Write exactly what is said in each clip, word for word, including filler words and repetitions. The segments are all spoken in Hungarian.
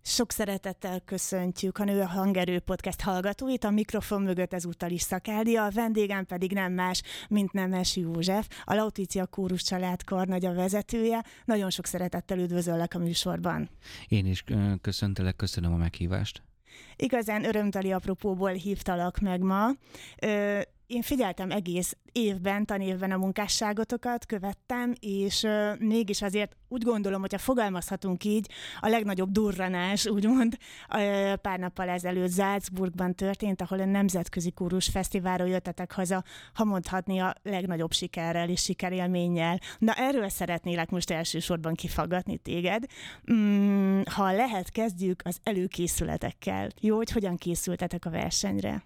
Sok szeretettel köszöntjük a Nő a Hangerő Podcast hallgatóit, a mikrofon mögött ezúttal is Szakália, a vendégem pedig nem más, mint Nemesi József, a Lauticia Kórus család karnagya vezetője. Nagyon sok szeretettel üdvözöllek a műsorban. Én is köszöntelek, köszönöm a meghívást. Igazán örömteli apropóból hívtalak meg ma. Ö, Én figyeltem egész évben, tanévben a munkásságotokat, követtem, és ö, mégis azért úgy gondolom, hogyha fogalmazhatunk így, a legnagyobb durranás, úgymond, ö, pár nappal ezelőtt Salzburgban történt, ahol a Nemzetközi Kórus Fesztiválról jöttetek haza, ha mondhatni a legnagyobb sikerrel és sikerélménnyel. Na erről szeretnélek most elsősorban kifaggatni téged. Mm, ha lehet, kezdjük az előkészületekkel. Jó, hogy hogyan készültetek a versenyre?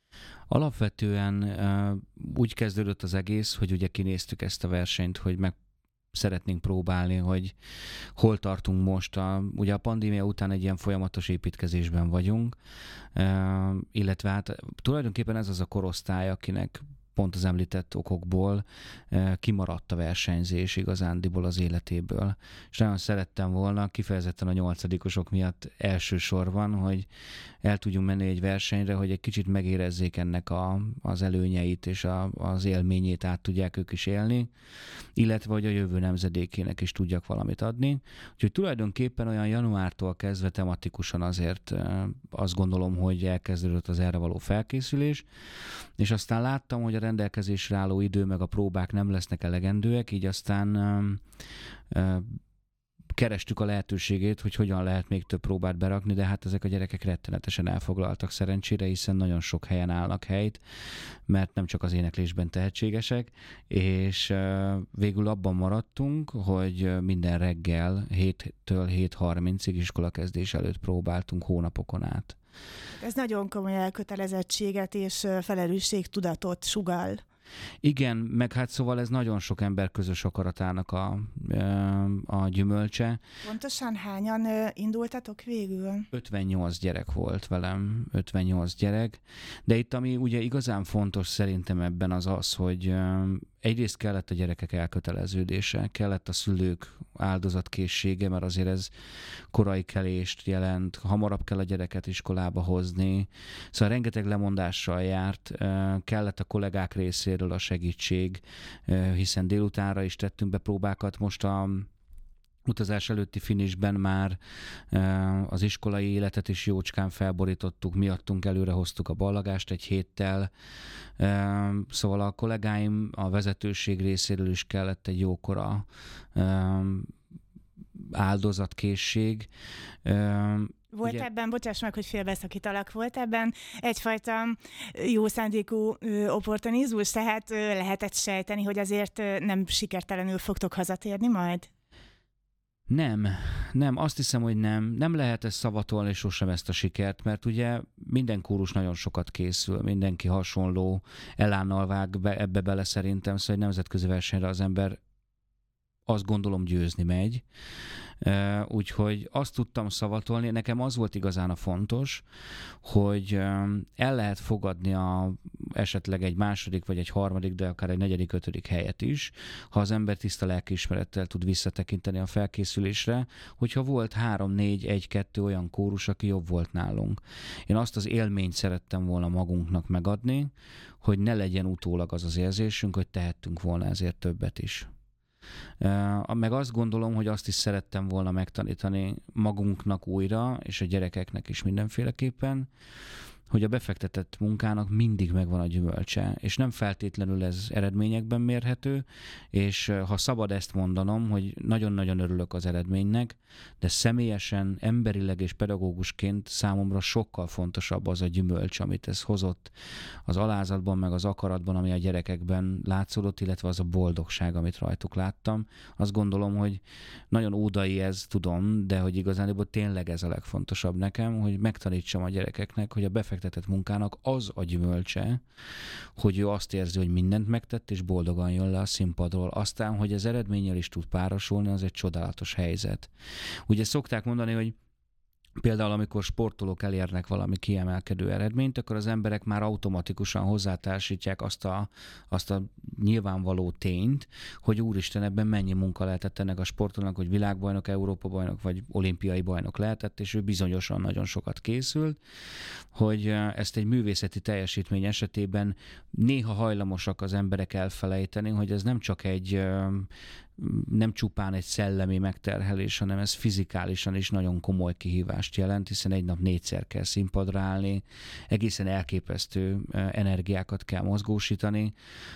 Alapvetően uh, úgy kezdődött az egész, hogy ugye kinéztük ezt a versenyt, hogy meg szeretnénk próbálni, hogy hol tartunk most. A, ugye a pandémia után egy ilyen folyamatos építkezésben vagyunk, uh, illetve hát tulajdonképpen ez az a korosztály, akinek pont az említett okokból eh, kimaradt a versenyzés igazándiból az életéből. És nagyon szerettem volna, kifejezetten a nyolcadikosok miatt elsősorban, hogy el tudjunk menni egy versenyre, hogy egy kicsit megérezzék ennek a, az előnyeit és a, az élményét át tudják ők is élni, illetve hogy a jövő nemzedékének is tudjak valamit adni. Úgyhogy tulajdonképpen olyan januártól kezdve tematikusan azért eh, azt gondolom, hogy elkezdődött az erre való felkészülés, és aztán láttam, hogy a rendelkezésre álló idő meg a próbák nem lesznek elegendőek, így aztán ö, ö, kerestük a lehetőségét, hogy hogyan lehet még több próbát berakni, de hát ezek a gyerekek rettenetesen elfoglaltak szerencsére, hiszen nagyon sok helyen állnak helyt, mert nem csak az éneklésben tehetségesek, és ö, végül abban maradtunk, hogy minden reggel héttől hét harmincig iskolakezdés előtt próbáltunk hónapokon át. Ez nagyon komoly elkötelezettséget és felelősségtudatot sugall. Igen, meg hát szóval ez nagyon sok ember közös akaratának a, a gyümölcse. Pontosan hányan indultatok végül? ötvennyolc gyerek volt velem, ötvennyolc gyerek, de itt ami ugye igazán fontos szerintem ebben az az, hogy egyrészt kellett a gyerekek elköteleződése, kellett a szülők áldozatkészsége, mert azért ez korai kelést jelent, hamarabb kell a gyereket iskolába hozni, szóval rengeteg lemondással járt, kellett a kollégák részéről a segítség, hiszen délutánra is tettünk be próbákat, most a utazás előtti finishben már az iskolai életet is jócskán felborítottuk, miattunk előre hoztuk a ballagást egy héttel, szóval a kollégáim a vezetőség részéről is kellett egy jókora áldozatkészség. Volt ugye ebben, bocsáss meg, hogy félbeszakítalak, volt ebben egyfajta jó szándékú opportunizmus, tehát lehetett sejteni, hogy azért nem sikertelenül fogtok hazatérni majd? Nem, nem, azt hiszem, hogy nem. Nem lehet ezt szavatolni sosem ezt a sikert, mert ugye minden kórus nagyon sokat készül, mindenki hasonló elánnal vág be, ebbe bele szerintem, szóval egy nemzetközi versenyre az ember azt gondolom győzni megy. Úgyhogy azt tudtam szavatolni, nekem az volt igazán a fontos, hogy el lehet fogadni a, esetleg egy második vagy egy harmadik, de akár egy negyedik, ötödik helyet is, ha az ember tiszta lelkiismerettel tud visszatekinteni a felkészülésre, hogyha volt három, négy, egy, kettő olyan kórus, aki jobb volt nálunk. Én azt az élményt szerettem volna magunknak megadni, hogy ne legyen utólag az az érzésünk, hogy tehettünk volna ezért többet is. Uh, meg azt gondolom, hogy azt is szerettem volna megtanítani magunknak újra, és a gyerekeknek is mindenféleképpen, hogy a befektetett munkának mindig megvan a gyümölcse, és nem feltétlenül ez eredményekben mérhető, és ha szabad ezt mondanom, hogy nagyon-nagyon örülök az eredménynek, de személyesen, emberileg és pedagógusként számomra sokkal fontosabb az a gyümölcs, amit ez hozott az alázatban, meg az akaratban, ami a gyerekekben látszódott, illetve az a boldogság, amit rajtuk láttam. Azt gondolom, hogy nagyon ódai ez, tudom, de hogy igazán tényleg ez a legfontosabb nekem, hogy megtanítsam a gyerekeknek, hogy a befektetett munkának az a gyümölcse, hogy ő azt érzi, hogy mindent megtett, és boldogan jön le a színpadról. Aztán, hogy az eredménnyel is tud párosulni, az egy csodálatos helyzet. Ugye szokták mondani, hogy Például, amikor sportolók elérnek valami kiemelkedő eredményt, akkor az emberek már automatikusan hozzátársítják azt a, azt a nyilvánvaló tényt, hogy úristen, ebben mennyi munka lehetett ennek a sportolónak, hogy világbajnok, Európa-bajnok vagy olimpiai bajnok lehetett, és ő bizonyosan nagyon sokat készült, hogy ezt egy művészeti teljesítmény esetében néha hajlamosak az emberek elfelejteni, hogy ez nem csak egy nem csupán egy szellemi megterhelés, hanem ez fizikálisan is nagyon komoly kihívást jelent, hiszen egy nap négyszer kell színpadra állni, egészen elképesztő energiákat kell mozgósítani.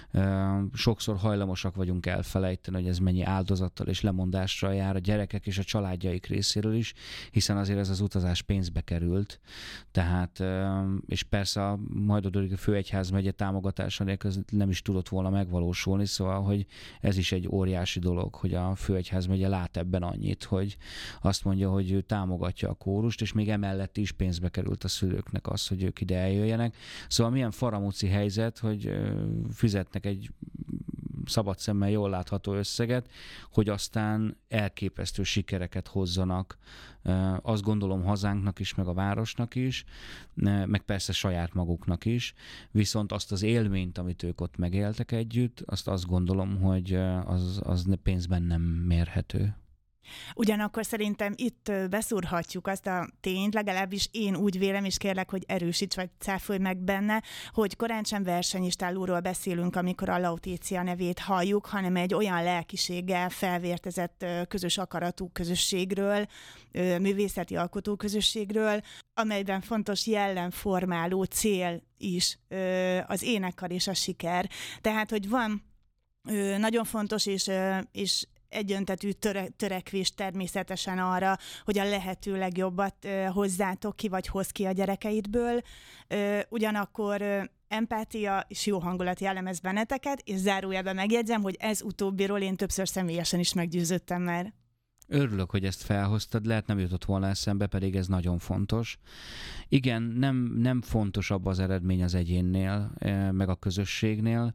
Sokszor hajlamosak vagyunk elfelejteni, hogy ez mennyi áldozattal és lemondással jár a gyerekek és a családjaik részéről is, hiszen azért ez az utazás pénzbe került. Tehát, és persze a Majda-Dóriga Főegyházmegye támogatása nélkül nem is tudott volna megvalósulni, szóval, hogy ez is egy óriási dolog, hogy a Főegyházmegye lát ebben annyit, hogy azt mondja, hogy ő támogatja a kórust, és még emellett is pénzbe került a szülőknek az, hogy ők ide eljöjjenek. Szóval milyen faramúci helyzet, hogy fizetnek egy szabad szemmel jól látható összeget, hogy aztán elképesztő sikereket hozzanak, azt gondolom hazánknak is, meg a városnak is, meg persze saját maguknak is, viszont azt az élményt, amit ők ott megéltek együtt, azt azt gondolom, hogy az, az pénzben nem mérhető. Ugyanakkor szerintem itt beszúrhatjuk azt a tényt, legalábbis én úgy vélem, és kérlek, hogy erősíts vagy cáfolj meg benne, hogy korán sem versenyistálóról beszélünk, amikor a Lautécia nevét halljuk, hanem egy olyan lelkiséggel felvértezett közös akaratú közösségről, művészeti alkotó közösségről, amelyben fontos jellemformáló cél is az énekkar és a siker. Tehát, hogy van nagyon fontos és, és egyöntetű töre, törekvés természetesen arra, hogy a lehető legjobbat ö, hozzátok ki, vagy hoz ki a gyerekeidből. Ö, ugyanakkor ö, empátia és jó hangulat jellemez benneteket, és zárójelben megjegyzem, hogy ez utóbbiról én többször személyesen is meggyőződtem már. Örülök, hogy ezt felhoztad, lehet nem jutott volna eszembe, pedig ez nagyon fontos. Igen, nem, nem fontos abban az eredmény az egyénnél, meg a közösségnél.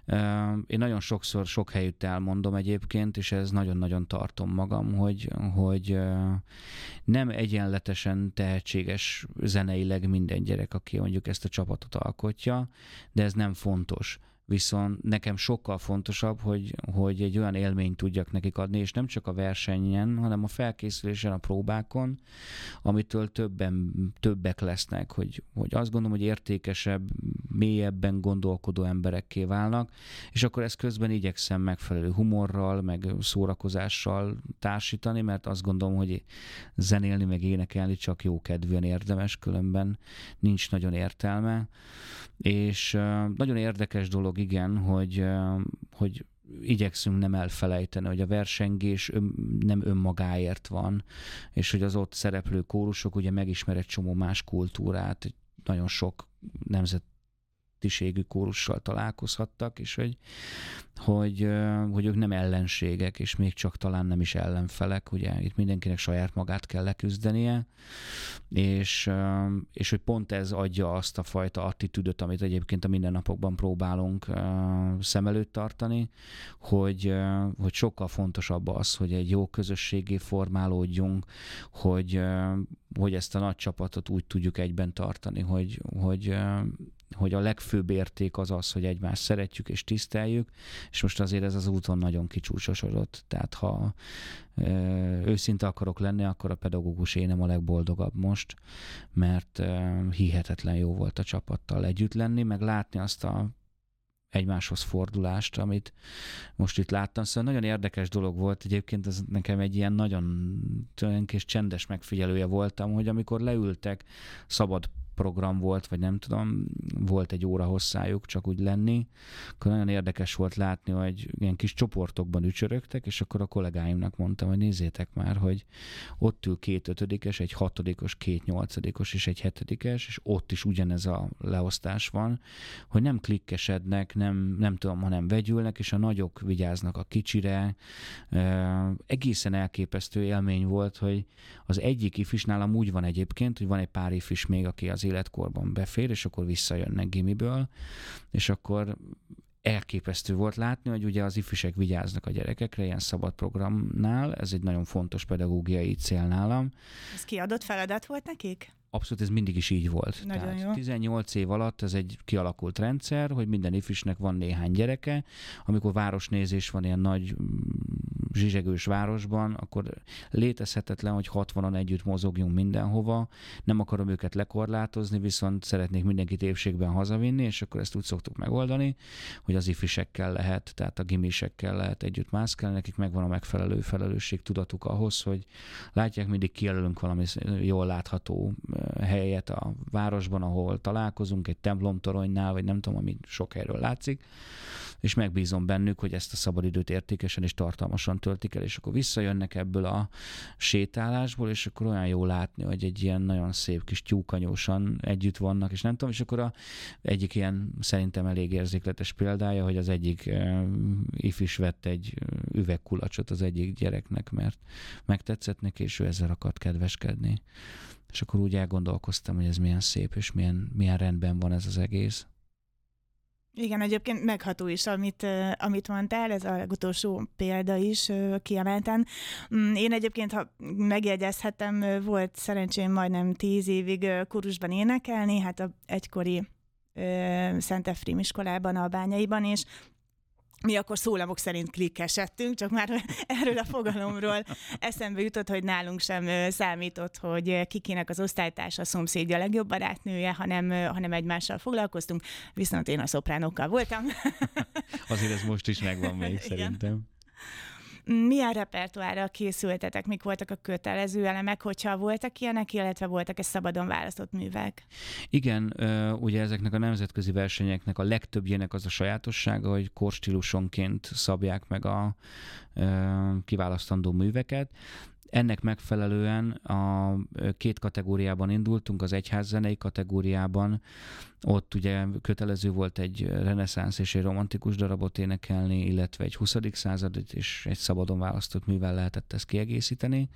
Én nagyon sokszor, sok helyütt elmondom egyébként, és ez nagyon-nagyon tartom magam, hogy, hogy nem egyenletesen tehetséges zeneileg minden gyerek, aki mondjuk ezt a csapatot alkotja, de ez nem fontos. Viszont nekem sokkal fontosabb, hogy, hogy egy olyan élményt tudjak nekik adni, és nem csak a versenyen, hanem a felkészülésen, a próbákon, amitől többen, többek lesznek, hogy, hogy azt gondolom, hogy értékesebb, mélyebben gondolkodó emberekké válnak, és akkor ezt közben igyekszem megfelelő humorral, meg szórakozással társítani, mert azt gondolom, hogy zenélni, meg énekelni csak jókedvűen érdemes, különben nincs nagyon értelme. És nagyon érdekes dolog, igen, hogy, hogy igyekszünk nem elfelejteni, hogy a versengés ön, nem önmagáért van, és hogy az ott szereplő kórusok ugye megismer egy csomó más kultúrát, nagyon sok nemzetiségű kórussal találkozhattak, és hogy, hogy, hogy ők nem ellenségek, és még csak talán nem is ellenfelek, ugye itt mindenkinek saját magát kell leküzdenie, és, és hogy pont ez adja azt a fajta attitűdöt, amit egyébként a mindennapokban próbálunk szem előtt tartani, hogy, hogy sokkal fontosabb az, hogy egy jó közösségé formálódjunk, hogy, hogy ezt a nagy csapatot úgy tudjuk egyben tartani, hogy, hogy hogy a legfőbb érték az az, hogy egymást szeretjük és tiszteljük, és most azért ez az úton nagyon kicsúcsosodott. Tehát ha ö, őszinte akarok lenni, akkor a pedagógus énem a legboldogabb most, mert ö, hihetetlen jó volt a csapattal együtt lenni, meg látni azt a egymáshoz fordulást, amit most itt láttam. Szóval nagyon érdekes dolog volt, egyébként ez nekem egy ilyen nagyon kis csendes megfigyelője voltam, hogy amikor leültek, szabad program volt, vagy nem tudom, volt egy óra hosszájuk csak úgy lenni, akkor nagyon érdekes volt látni, hogy ilyen kis csoportokban ücsörögtek, és akkor a kollégáimnak mondtam, hogy nézzétek már, hogy ott ül két ötödikes, egy hatodikos, két nyolcadikos és egy hetedikes, és ott is ugyanez a leosztás van, hogy nem klikkesednek, nem, nem tudom, hanem vegyülnek, és a nagyok vigyáznak a kicsire. Egészen elképesztő élmény volt, hogy az egyik ifis nálam úgy van egyébként, hogy van egy pár ifis még, aki az életkorban befér, és akkor visszajönnek gimiből, és akkor elképesztő volt látni, hogy ugye az ifjúsek vigyáznak a gyerekekre, ilyen szabad programnál, ez egy nagyon fontos pedagógiai cél nálam. Ez kiadott feladat volt nekik? Abszolút ez mindig is így volt. Nagyon Tehát jó. tizennyolc év alatt ez egy kialakult rendszer, hogy minden ifjúsnak van néhány gyereke, amikor városnézés van ilyen nagy zsizsegős városban, akkor létezhetetlen, hogy hatvanan együtt mozogjunk mindenhova. Nem akarom őket lekorlátozni, viszont szeretnék mindenkit épségben hazavinni, és akkor ezt úgy szoktuk megoldani, hogy az ifjúsekkel lehet, tehát a gimisekkel lehet együtt mászkálni, nekik megvan a megfelelő felelősségtudatuk ahhoz, hogy látják, mindig kijelölünk valami jól látható helyet a városban, ahol találkozunk, egy templomtoronynál, vagy nem tudom, ami sok helyről látszik, és megbízom bennük, hogy ezt a szabadidőt értékesen és tartalmasan töltik el, és akkor visszajönnek ebből a sétálásból, és akkor olyan jó látni, hogy egy ilyen nagyon szép kis tyúkanyósan együtt vannak, és nem tudom, és akkor a, egyik ilyen szerintem elég érzékletes példája, hogy az egyik uh, ifis vett egy üvegkulacsot az egyik gyereknek, mert megtetszett neki, és ő ezzel akart kedveskedni. És akkor úgy elgondolkoztam, hogy ez milyen szép, és milyen, milyen rendben van ez az egész. Igen, egyébként megható is, amit, amit mondtál, ez a utolsó példa is kiemelten. Én egyébként, ha megjegyezhetem, volt szerencsém majdnem tíz évig kórusban énekelni, hát a egykori Szent Efrém iskolában, a Bányaiban, és mi akkor szólamok szerint klikkesedtünk, csak már erről a fogalomról eszembe jutott, hogy nálunk sem számított, hogy kikinek az osztálytársa, a szomszédja a legjobb barátnője, hanem, hanem egymással foglalkoztunk, viszont én a szopránokkal voltam. Azért ez most is megvan még szerintem. Milyen repertoárral készültetek? Mik voltak a kötelező elemek, hogyha voltak ilyenek, illetve voltak-e szabadon választott művek? Igen, ugye ezeknek a nemzetközi versenyeknek a legtöbbjének az a sajátossága, hogy korstílusonként szabják meg a kiválasztandó műveket. Ennek megfelelően a két kategóriában indultunk, az egyházzenei kategóriában, ott ugye kötelező volt egy reneszánsz és egy romantikus darabot énekelni, illetve egy huszadik századot és egy szabadon választott művel lehetett ezt kiegészíteni.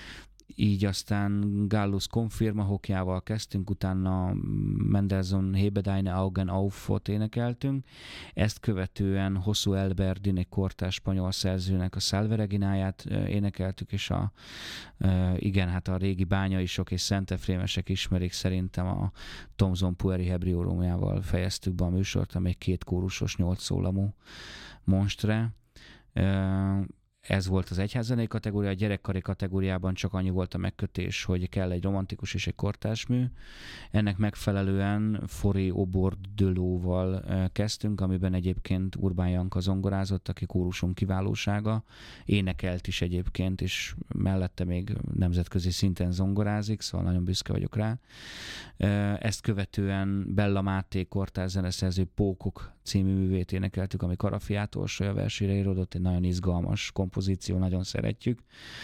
Így aztán Gallus Confirma hokjával kezdtünk, utána Mendelssohn Hebedeine Augen auf-ot énekeltünk. Ezt követően Josu Elberdin, egy kortárs spanyol szerzőnek a Salve Regináját énekeltük, és a, igen, hát a régi bányaisok és szentefrémesek ismerik szerintem a Thomson Pueri Hebriorómjával fejeztük be a műsort, ami egy két kórusos, nyolc szólamú monstre. Ez volt az egyházzenei kategória, a gyerekkari kategóriában csak annyi volt a megkötés, hogy kell egy romantikus és egy kortársmű. Ennek megfelelően Foré Obord Dölóval kezdtünk, amiben egyébként Urbán Janka zongorázott, aki kórusunk kiválósága, énekelt is egyébként, és mellette még nemzetközi szinten zongorázik, szóval nagyon büszke vagyok rá. Ezt követően Bella Máté kortárs zeneszerző Pókok című művét énekeltük, ami Karafiát Orsolya versére íródott, egy nagyon izgalmas kompozíció, nagyon szeretjük.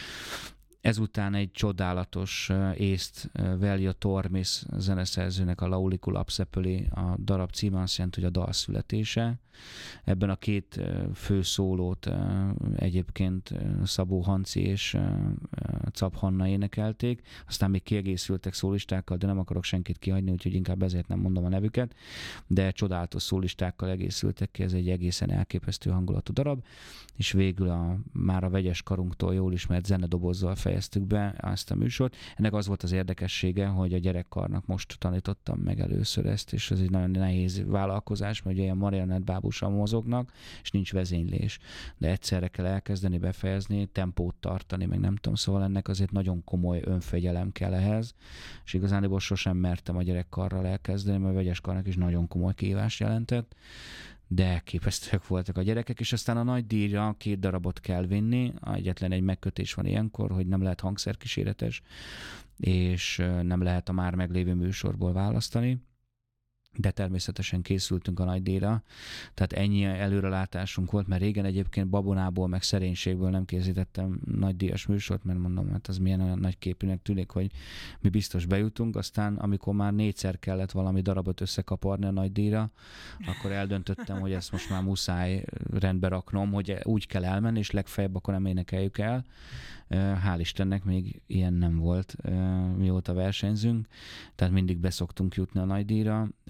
Ezután egy csodálatos észt Velja Tormis zeneszerzőnek a Laulicul Abszepöli, a darab címe azt jelenti, hogy a dal születése. Ebben a két fő szólót egyébként Szabó Hanci és Czap Hanna énekelték, aztán még kiegészültek szólistákkal, de nem akarok senkit kihagyni, úgyhogy inkább ezért nem mondom a nevüket, de csodálatos szólistákkal egészültek ki, ez egy egészen elképesztő hangulatú darab, és végül a, már a Vegyes Karunktól jól ismert zenedobozzal fejeztük be ezt a műsort. Ennek az volt az érdekessége, hogy a gyerekkarnak most tanítottam meg először ezt, és ez egy nagyon nehéz vállalkozás, mert ugye ilyen marionettbábusan mozognak, és nincs vezénylés. De egyszerre kell elkezdeni, befejezni, tempót tartani, meg nem tudom, szóval ennek azért nagyon komoly önfegyelem kell ehhez, és igazániból sosem mertem a gyerekkarral elkezdeni, mert a vegyes karnak is nagyon komoly kihívást jelentett, de elképesztőek voltak a gyerekek, és aztán a nagy díjra két darabot kell vinni, egyetlen egy megkötés van ilyenkor, hogy nem lehet hangszerkíséretes, és nem lehet a már meglévő műsorból választani, de természetesen készültünk a nagy díjra, tehát ennyi előrelátásunk volt, mert régen egyébként babonából, meg szerénységből nem készítettem nagy díjas műsort, mert mondom, hát az milyen olyan nagy képűnek tűnik, hogy mi biztos bejutunk, aztán amikor már négyszer kellett valami darabot összekaparni a nagy díjra, akkor eldöntöttem, hogy ezt most már muszáj rendbe raknom, hogy úgy kell elmenni, és legfeljebb akkor nem énekeljük el. Hál' Istennek még ilyen nem volt, mióta versenyzünk, tehát mindig beszoktunk jutni a nagy díjra.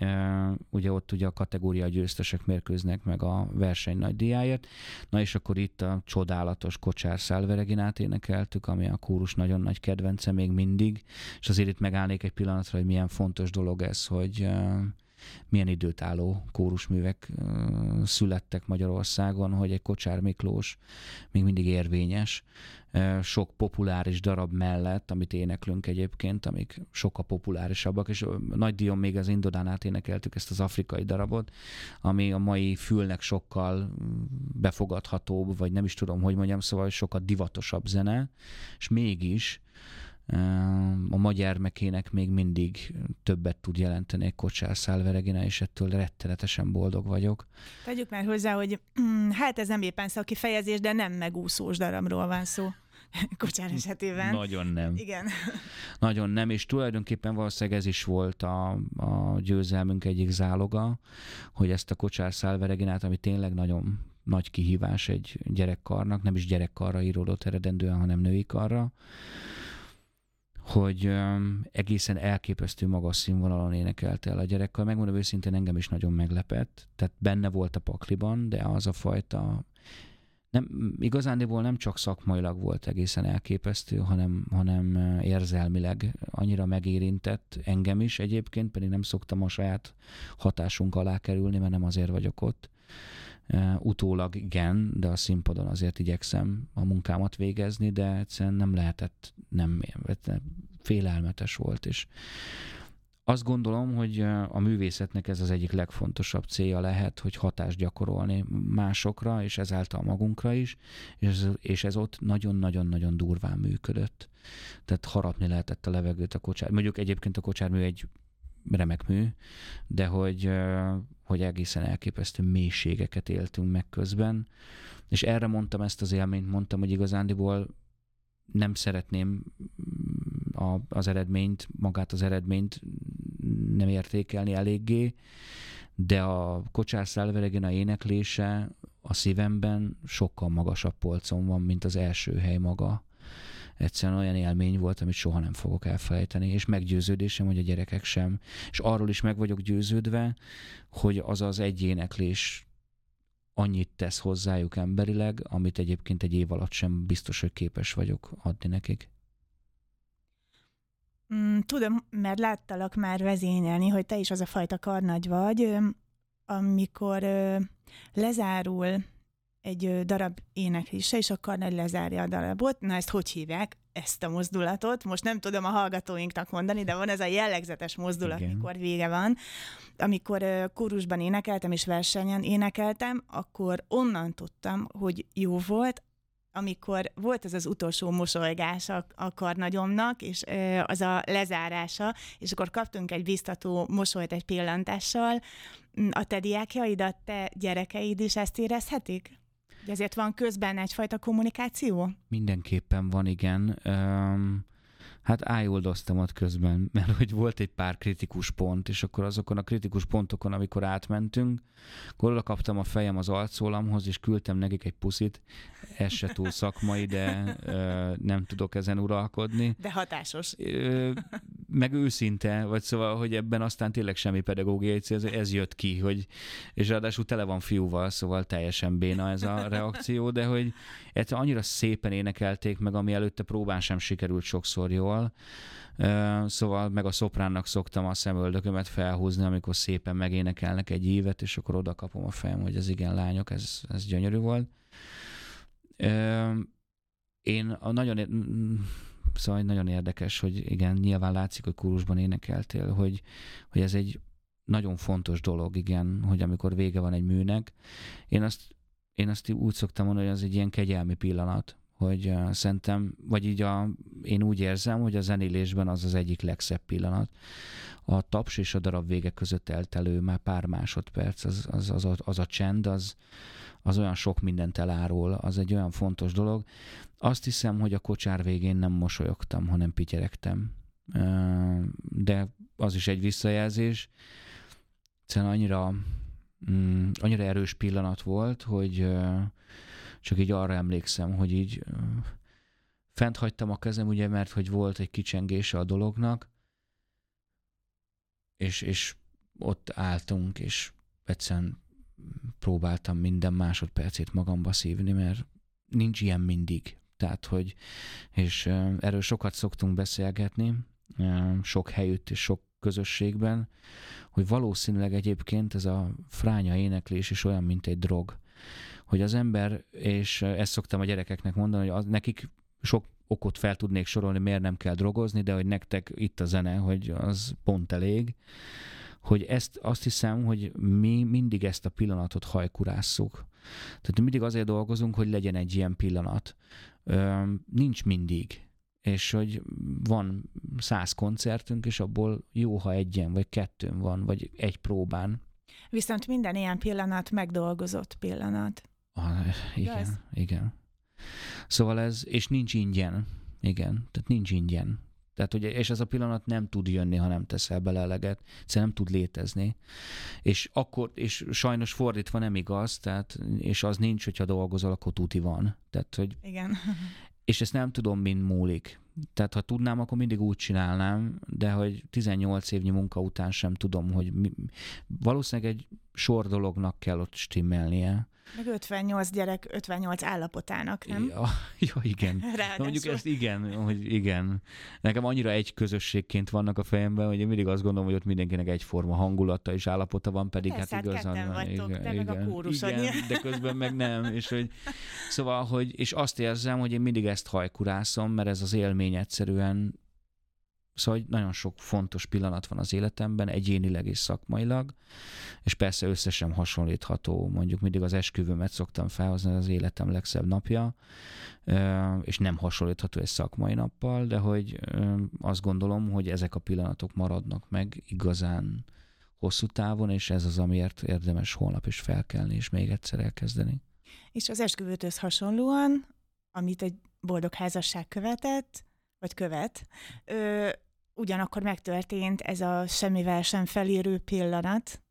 ugye ott ugye a kategória győztesek mérkőznek meg a verseny nagy díjáért. Na és akkor itt a csodálatos Kocsár Szálvereginát énekeltük, ami a kórus nagyon nagy kedvence még mindig, és azért itt megállnék egy pillanatra, hogy milyen fontos dolog ez, hogy milyen időtálló kórusművek születtek Magyarországon, hogy egy Kocsár Miklós még mindig érvényes. Sok populáris darab mellett, amit éneklünk egyébként, amik sokkal populárisabbak, és nagy díjon még az Indodánát énekeltük ezt az afrikai darabot, ami a mai fülnek sokkal befogadhatóbb, vagy nem is tudom, hogy mondjam, szóval sokkal divatosabb zene, és mégis a ma gyermekének még mindig többet tud jelenteni egy Kocsár Szálveregina, és ettől rettenetesen boldog vagyok. Tegyük már hozzá, hogy hát ez nem éppen szakifejezés, de nem megúszós darabról van szó Kocsár esetében. Nagyon nem. Igen. Nagyon nem, és tulajdonképpen valószínűleg ez is volt a, a győzelmünk egyik záloga, hogy ezt a Kocsár Szálvereginát, ami tényleg nagyon nagy kihívás egy gyerekkarnak, nem is gyerekkarra íródott eredendően, hanem női karra, hogy um, egészen elképesztő magas színvonalon énekelte el a gyerekkar. Megmondom őszintén, engem is nagyon meglepett. Tehát benne volt a pakliban, de az a fajta... Nem, igazándiból nem csak szakmailag volt egészen elképesztő, hanem, hanem érzelmileg annyira megérintett engem is egyébként, pedig nem szoktam a saját hatásunk alá kerülni, mert nem azért vagyok ott. Uh, utólag igen, de a színpadon azért igyekszem a munkámat végezni, de egyszerűen nem lehetett, nem, félelmetes volt, és azt gondolom, hogy a művészetnek ez az egyik legfontosabb célja lehet, hogy hatást gyakorolni másokra, és ezáltal magunkra is, és ez, és ez ott nagyon-nagyon-nagyon durván működött. Tehát harapni lehetett a levegőt a Kocsár. Mondjuk egyébként a Kocsármű egy remek mű, de hogy, hogy egészen elképesztő mélységeket éltünk meg közben. És erre mondtam ezt az élményt, mondtam, hogy igazándiból nem szeretném a, az eredményt, magát az eredményt nem értékelni eléggé, de a Kocsár Szálveregina éneklése a szívemben sokkal magasabb polcon van, mint az első hely maga. Egyszerűen olyan élmény volt, amit soha nem fogok elfelejteni, és meggyőződésem, hogy a gyerekek sem. És arról is meg vagyok győződve, hogy az az egy éneklés annyit tesz hozzájuk emberileg, amit egyébként egy év alatt sem biztos, hogy képes vagyok adni nekik. Tudom, mert láttalak már vezényelni, hogy te is az a fajta karnagy vagy, amikor lezárul egy darab éneklése, és a karnagy lezárja a darabot. Na, ezt hogy hívják? Ezt a mozdulatot. Most nem tudom a hallgatóinknak mondani, de van ez a jellegzetes mozdulat, igen, mikor vége van. Amikor uh, kórusban énekeltem, és versenyen énekeltem, akkor onnan tudtam, hogy jó volt, amikor volt ez az utolsó mosolygás a, a karnagyomnak, és uh, az a lezárása, és akkor kaptunk egy biztató mosolyt egy pillantással. A te diákjaidat, te gyerekeid is ezt érezhetik? De ezért van közben egyfajta kommunikáció? Mindenképpen van, igen. Um, hát ájuldoztam ott közben, mert hogy volt egy pár kritikus pont, és akkor azokon a kritikus pontokon, amikor átmentünk, akkor oda kaptam a fejem az arcólamhoz, és küldtem nekik egy puszit. Ez se túl szakmai, de uh, nem tudok ezen uralkodni. De hatásos. Uh, meg őszinte, vagy szóval, hogy ebben aztán tényleg semmi pedagógiai cél, ez jött ki, hogy, és ráadásul tele van fiúval, szóval teljesen béna ez a reakció, de hogy egyszerűen annyira szépen énekelték meg, ami előtte próbán sem sikerült sokszor jól. Uh, szóval meg a szopránnak szoktam a szemöldökömet felhúzni, amikor szépen megénekelnek egy ívet, és akkor oda kapom a fejem, hogy ez igen, lányok, ez, ez gyönyörű volt. Uh, én a nagyon... Szóval nagyon érdekes, hogy igen, nyilván látszik, hogy kórusban énekeltél, hogy, hogy ez egy nagyon fontos dolog, igen, hogy amikor vége van egy műnek. Én azt, én azt úgy szoktam mondani, hogy az egy ilyen kegyelmi pillanat, hogy uh, szerintem, vagy így a, én úgy érzem, hogy a zenélésben az az egyik legszebb pillanat. A taps és a darab vége között eltelő már pár másodperc, az, az, az, a, az a csend, az, az olyan sok mindent elárul, az egy olyan fontos dolog. Azt hiszem, hogy a Kocsár végén nem mosolyogtam, hanem pityeregtem. De az is egy visszajelzés. Egyszerűen annyira, annyira erős pillanat volt, hogy csak így arra emlékszem, hogy így fent hagytam a kezem, ugye, mert hogy volt egy kicsengése a dolognak, és, és ott álltunk, és egyszerűen próbáltam minden másodpercét magamba szívni, mert nincs ilyen mindig. Tehát, hogy, és erről sokat szoktunk beszélgetni, sok helyütt és sok közösségben, hogy valószínűleg egyébként ez a fránya éneklés is olyan, mint egy drog. Hogy az ember, és ezt szoktam a gyerekeknek mondani, hogy az, nekik sok okot fel tudnék sorolni, miért nem kell drogozni, de hogy nektek itt a zene, hogy az pont elég, hogy ezt azt hiszem, hogy mi mindig ezt a pillanatot hajkurásszuk. Tehát mindig azért dolgozunk, hogy legyen egy ilyen pillanat. Ö, nincs mindig. És hogy van száz koncertünk, és abból jó, ha egyen, vagy kettőn van, vagy egy próbán. Viszont minden ilyen pillanat megdolgozott pillanat. Ah, igen, Igaz? igen. Szóval ez, és nincs ingyen. Igen, tehát nincs ingyen. Tehát, hogy, és ez a pillanat nem tud jönni, ha nem teszel bele eleget. Egyszerűen nem tud létezni. És akkor, és sajnos fordítva nem igaz, tehát, és az nincs, hogyha dolgozol, akkor tuti van. Tehát, hogy, igen. És ezt nem tudom, mint múlik. Tehát, ha tudnám, akkor mindig úgy csinálnám, de hogy tizennyolc évnyi munka után sem tudom, hogy mi, valószínűleg egy sor dolognak kell ott stimmelnie. Meg ötvennyolc gyerek ötvennyolc állapotának, nem? Ja, ja igen. Na, mondjuk ezt igen, hogy igen. Nekem annyira egy közösségként vannak a fejemben, hogy én mindig azt gondolom, hogy ott mindenkinek egyforma hangulata és állapota van, pedig persze, hát igazán van. Vagytok, igen, de igen, meg a kórusod. Igen, de közben meg nem. És hogy, szóval, hogy, és azt érzem, hogy én mindig ezt hajkurászom, mert ez az élmény egyszerűen, szóval nagyon sok fontos pillanat van az életemben, egyénileg és szakmailag, és persze össze sem hasonlítható. Mondjuk mindig az esküvőmet szoktam felhozni, az életem legszebb napja, és nem hasonlítható egy szakmai nappal, de hogy azt gondolom, hogy ezek a pillanatok maradnak meg igazán hosszú távon, és ez az, amiért érdemes holnap is felkelni, és még egyszer elkezdeni. És az esküvőthöz hasonlóan, amit egy boldog házasság követett, vagy követ, ö, ugyanakkor megtörtént ez a semmivel sem felérő pillanat,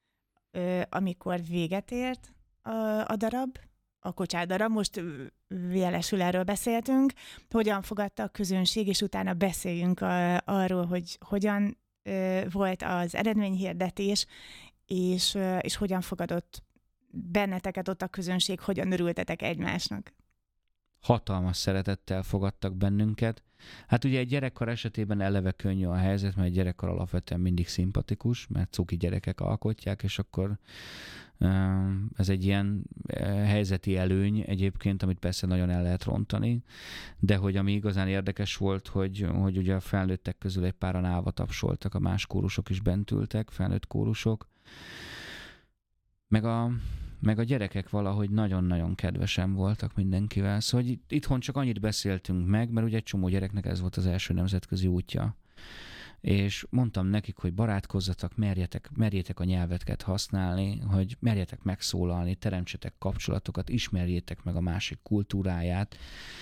ö, amikor véget ért a, a darab, a kocsárdarab, most jelesül erről beszéltünk, hogyan fogadta a közönség, és utána beszéljünk a, arról, hogy hogyan ö, volt az eredményhirdetés, és, ö, és hogyan fogadott benneteket ott a közönség, hogyan örültetek egymásnak. Hatalmas szeretettel fogadtak bennünket. Hát ugye egy gyerekkar esetében eleve könnyű a helyzet, mert egy gyerekkar alapvetően mindig szimpatikus, mert cuki gyerekek alkotják, és akkor ez egy ilyen helyzeti előny egyébként, amit persze nagyon el lehet rontani, de hogy ami igazán érdekes volt, hogy, hogy ugye a felnőttek közül egy páran állva tapsoltak, a más kórusok is bent ültek, felnőtt kórusok, meg a meg a gyerekek valahogy nagyon-nagyon kedvesen voltak mindenkivel. Szóval hogy itthon csak annyit beszéltünk meg, mert ugye egy csomó gyereknek ez volt az első nemzetközi útja. És mondtam nekik, hogy barátkozzatok, merjetek, merjétek a nyelvetket használni, hogy merjetek megszólalni, teremtsetek kapcsolatokat, ismerjétek meg a másik kultúráját,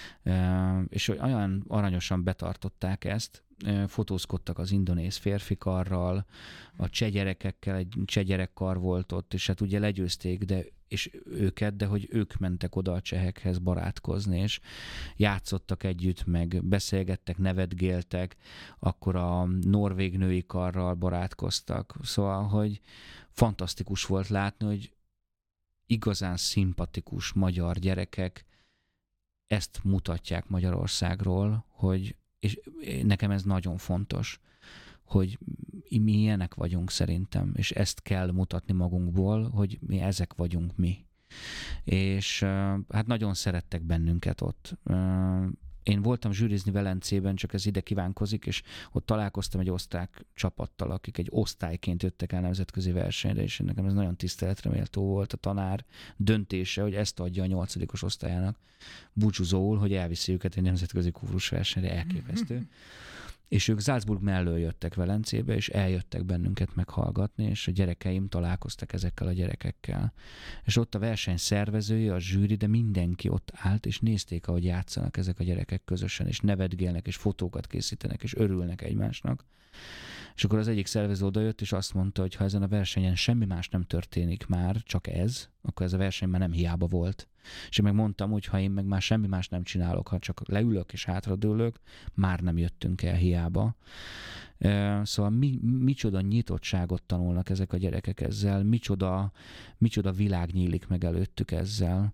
és hogy olyan aranyosan betartották ezt, fotózkodtak az indonéz férfikarral, a cseh gyerekekkel, egy cseh gyerekkar volt ott, és hát ugye legyőzték de, és őket, de hogy ők mentek oda a csehekhez barátkozni, és játszottak együtt, meg beszélgettek, nevetgéltek, akkor a norvég női karral barátkoztak. Szóval, hogy fantasztikus volt látni, hogy igazán szimpatikus magyar gyerekek ezt mutatják Magyarországról, hogy és nekem ez nagyon fontos, hogy mi ilyenek vagyunk szerintem, és ezt kell mutatni magunkból, hogy mi ezek vagyunk mi. És hát nagyon szerettek bennünket ott. Én voltam zsűrizni Velencében, csak ez ide kívánkozik, és ott találkoztam egy osztrák csapattal, akik egy osztályként jöttek el nemzetközi versenyre, és nekem ez nagyon tiszteletre méltó volt a tanár döntése, hogy ezt adja a nyolcadikos osztályának búcsúzóul, hogy elviszi őket egy nemzetközi kórusversenyre, elképesztő. És ők Salzburg mellől jöttek Velencébe, és eljöttek bennünket meghallgatni, és a gyerekeim találkoztak ezekkel a gyerekekkel. És ott a verseny szervezője, a zsűri, de mindenki ott állt, és nézték, ahogy játszanak ezek a gyerekek közösen, és nevetgélnek, és fotókat készítenek, és örülnek egymásnak. És akkor az egyik szervező odajött, és azt mondta, hogy ha ezen a versenyen semmi más nem történik már, csak ez, akkor ez a verseny már nem hiába volt. És én meg mondtam, hogy ha én meg már semmi más nem csinálok, ha csak leülök és hátradőlök, már nem jöttünk el hiába. Szóval mi, micsoda nyitottságot tanulnak ezek a gyerekek ezzel, micsoda, micsoda világ nyílik meg előttük ezzel.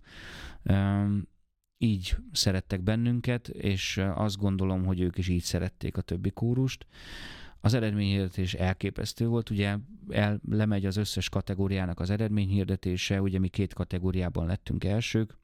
Így szerettek bennünket, és azt gondolom, hogy ők is így szerették a többi kórust. Az eredményhirdetés elképesztő volt, ugye el, lemegy az összes kategóriának az eredményhirdetése, ugye mi két kategóriában lettünk elsők,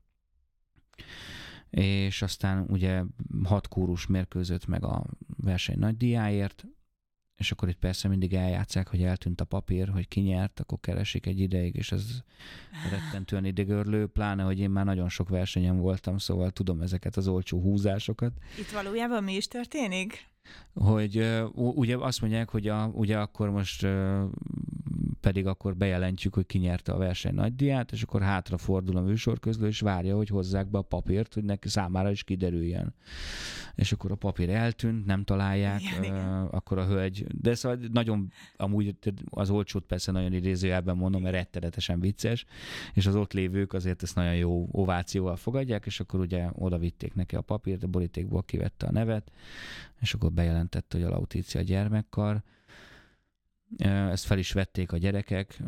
és aztán ugye hat kórus mérkőzött meg a verseny nagydíjáért, és akkor itt persze mindig eljátszák, hogy eltűnt a papír, hogy ki nyert, akkor keresik egy ideig, és ez rettentően idegörlő, pláne, hogy én már nagyon sok versenyen voltam, szóval tudom ezeket az olcsó húzásokat. Itt valójában mi is történik? Hogy uh, ugye azt mondják, hogy a, ugye akkor most uh, pedig akkor bejelentjük, hogy ki nyerte a verseny nagydíját, és akkor hátrafordul a műsorközlő, és várja, hogy hozzák be a papírt, hogy neki számára is kiderüljen. És akkor a papír eltűnt, nem találják, igen, uh, igen. Akkor a hölgy, de szóval nagyon, amúgy az olcsót persze nagyon idézőjelben mondom, mert rettenetesen vicces, és az ott lévők azért ezt nagyon jó ovációval fogadják, és akkor ugye oda vitték neki a papírt, a borítékból kivette a nevet, és akkor bejelentette, hogy a Lautitia gyermekkar. Ezt fel is vették a gyerekek.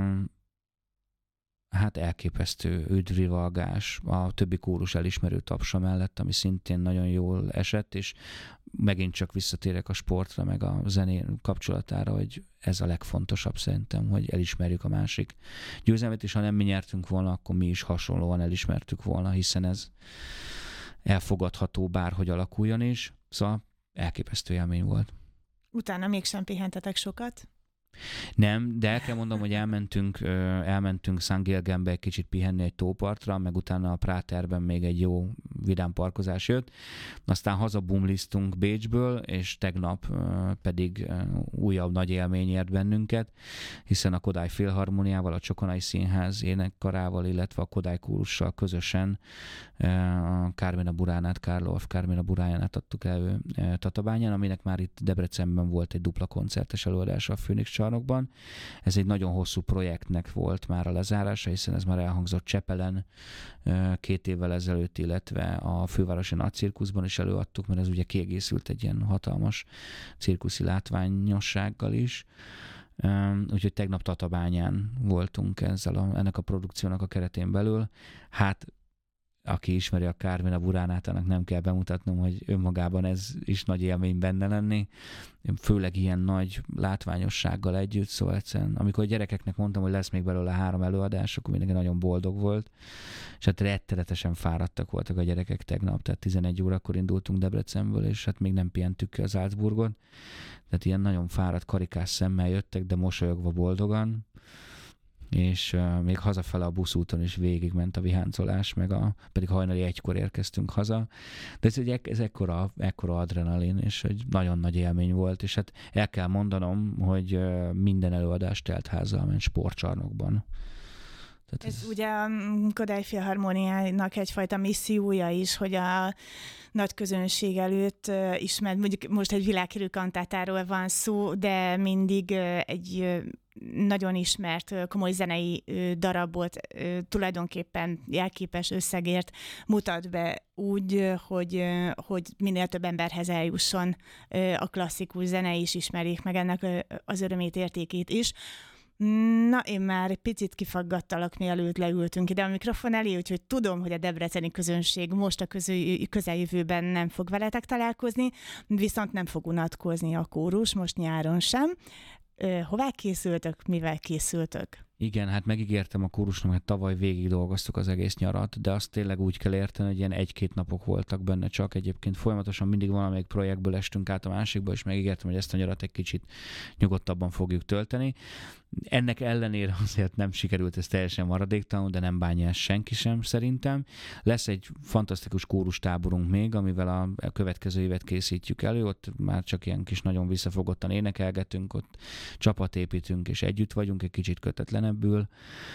Hát elképesztő üdvrivalgás, a többi kórus elismerő tapsa mellett, ami szintén nagyon jól esett, és megint csak visszatérek a sportra, meg a zené kapcsolatára, hogy ez a legfontosabb szerintem, hogy elismerjük a másik győzelmet, és ha nem mi nyertünk volna, akkor mi is hasonlóan elismertük volna, hiszen ez elfogadható bárhogy alakuljon is. Szóval elképesztő élmény volt. Utána mégsem pihentetek sokat? Nem, de el kell mondom, hogy elmentünk, elmentünk Szangélgenbe egy kicsit pihenni egy tópartra, meg utána a Práterben még egy jó vidám parkozás jött. Aztán hazabumliztunk Bécsből, és tegnap pedig újabb nagy élmény ért bennünket, hiszen a Kodály Filharmoniával, a Csokonai Színház énekkarával, illetve a Kodály kórussal közösen a Carmina Buránát, Karl Orff Carmina Buránát adtuk elő Tatabányán, aminek már itt Debrecenben volt egy dupla koncertes előadása a Főnix csarnokban. Ez egy nagyon hosszú projektnek volt már a lezárása, hiszen ez már elhangzott Csepelen két évvel ezelőtt, illetve a Fővárosi Nagy Cirkuszban is előadtuk, mert ez ugye kiegészült egy ilyen hatalmas cirkuszi látványossággal is. Úgyhogy tegnap Tatabányán voltunk ezzel a, ennek a produkciónak a keretén belül. Hát aki ismeri a Carmina Buránát, annak nem kell bemutatnom, hogy önmagában ez is nagy élmény benne lenni, főleg ilyen nagy látványossággal együtt, szóval egyszerűen, amikor a gyerekeknek mondtam, hogy lesz még belőle három előadás, akkor mindenki nagyon boldog volt, és hát rettenetesen fáradtak voltak a gyerekek tegnap, tehát tizenegy órakor indultunk Debrecenből, és hát még nem pihentük ki az Salzburgot, tehát ilyen nagyon fáradt karikás szemmel jöttek, de mosolyogva boldogan, és uh, még hazafele a buszúton is végigment a viháncolás, meg a, pedig hajnali egykor érkeztünk haza. De ez, egy, ez ekkora, ekkora adrenalin, és egy nagyon nagy élmény volt, és hát el kell mondanom, hogy uh, minden előadás teltházzal ment sportcsarnokban. Ez, ez ugye a Kodály Filharmoniának egyfajta missziója is, hogy a nagy közönség előtt uh, ismert, mondjuk most egy világhírű kantátáról van szó, de mindig uh, egy uh, nagyon ismert, uh, komoly zenei uh, darabot uh, tulajdonképpen jelképes összegért mutat be úgy, uh, hogy, uh, hogy minél több emberhez eljusson uh, a klasszikus zene is, ismerjék meg ennek uh, az örömét, értékét is. Na, én már egy picit kifaggattalak, mielőtt leültünk ide a mikrofon elé, úgyhogy tudom, hogy a debreceni közönség most a közö- közeljövőben nem fog veletek találkozni, viszont nem fog unatkozni a kórus, most nyáron sem. Hová készültök, mivel készültök? Igen, hát megígértem a kórusnak, hogy tavaly végig dolgoztuk az egész nyarat, de azt tényleg úgy kell érteni, hogy ilyen egy-két napok voltak benne csak. Egyébként folyamatosan mindig valamelyik projektből estünk át a másikba, és megígértem, hogy ezt a nyarat egy kicsit nyugodtabban fogjuk tölteni. Ennek ellenére azért nem sikerült ez teljesen maradéktalanul, de nem bánja ezt senki sem szerintem. Lesz egy fantasztikus kórustáborunk még, amivel a következő évet készítjük elő, ott már csak ilyen kis nagyon visszafogottan énekelgetünk, ott csapatépítünk és együtt vagyunk, egy kicsit kötetlenebbül.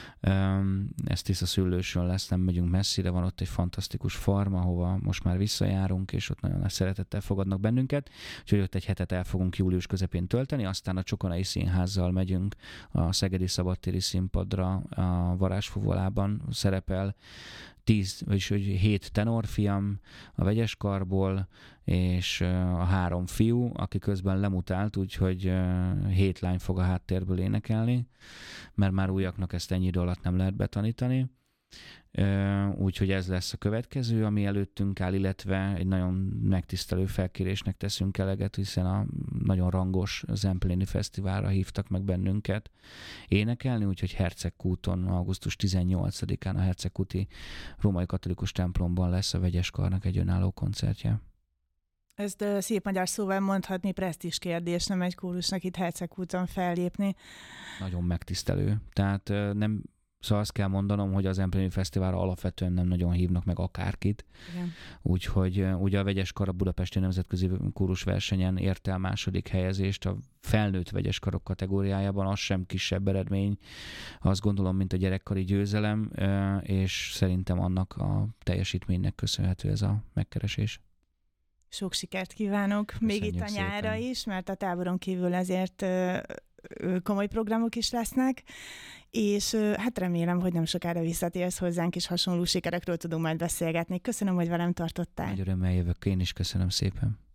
Ez Tisza-Szüllősön lesz, nem megyünk messzire, van ott egy fantasztikus farm, ahova most már visszajárunk, és ott nagyon nagy szeretettel fogadnak bennünket, úgyhogy ott egy hetet el fogunk július közepén tölteni, aztán a Csokonai Színházzal megyünk a Szegedi Szabadtéri Színpadra, a Varázsfuvolában szerepel tíz, vagyis hét tenorfiam a Vegyes Karból, és a három fiú, aki közben lemutált, úgyhogy hét lány fog a háttérből énekelni, mert már újaknak ezt ennyi idő alatt nem lehet betanítani. Úgyhogy ez lesz a következő, ami előttünk áll, illetve egy nagyon megtisztelő felkérésnek teszünk eleget, hiszen a nagyon rangos Zempléni Fesztiválra hívtak meg bennünket énekelni, úgyhogy Hercegkúton augusztus tizennyolcadikán a Hercegkúti római katolikus templomban lesz a Vegyes Karnak egy önálló koncertje. Ezt uh, szép magyar szóval mondhatni presztízs kérdés, nem egy kórusnak itt Hercegkúton fellépni. Nagyon megtisztelő. Tehát uh, nem Szóval azt kell mondanom, hogy az Zempléni Fesztiválra alapvetően nem nagyon hívnak meg akárkit. Igen. Úgyhogy ugye a Vegyes Kar a Budapesti Nemzetközi Kórusversenyen ért el második helyezést a felnőtt vegyes karok kategóriájában, az sem kisebb eredmény, azt gondolom, mint a gyerekkari győzelem, és szerintem annak a teljesítménynek köszönhető ez a megkeresés. Sok sikert kívánok, Köszönjük még itt a nyárra szépen. Is, mert a táboron kívül ezért komoly programok is lesznek, és hát remélem, hogy nem sokára visszatérsz hozzánk, és hasonló sikerekről tudunk majd beszélgetni. Köszönöm, hogy velem tartottál. Nagy örömmel jövök, én is köszönöm szépen.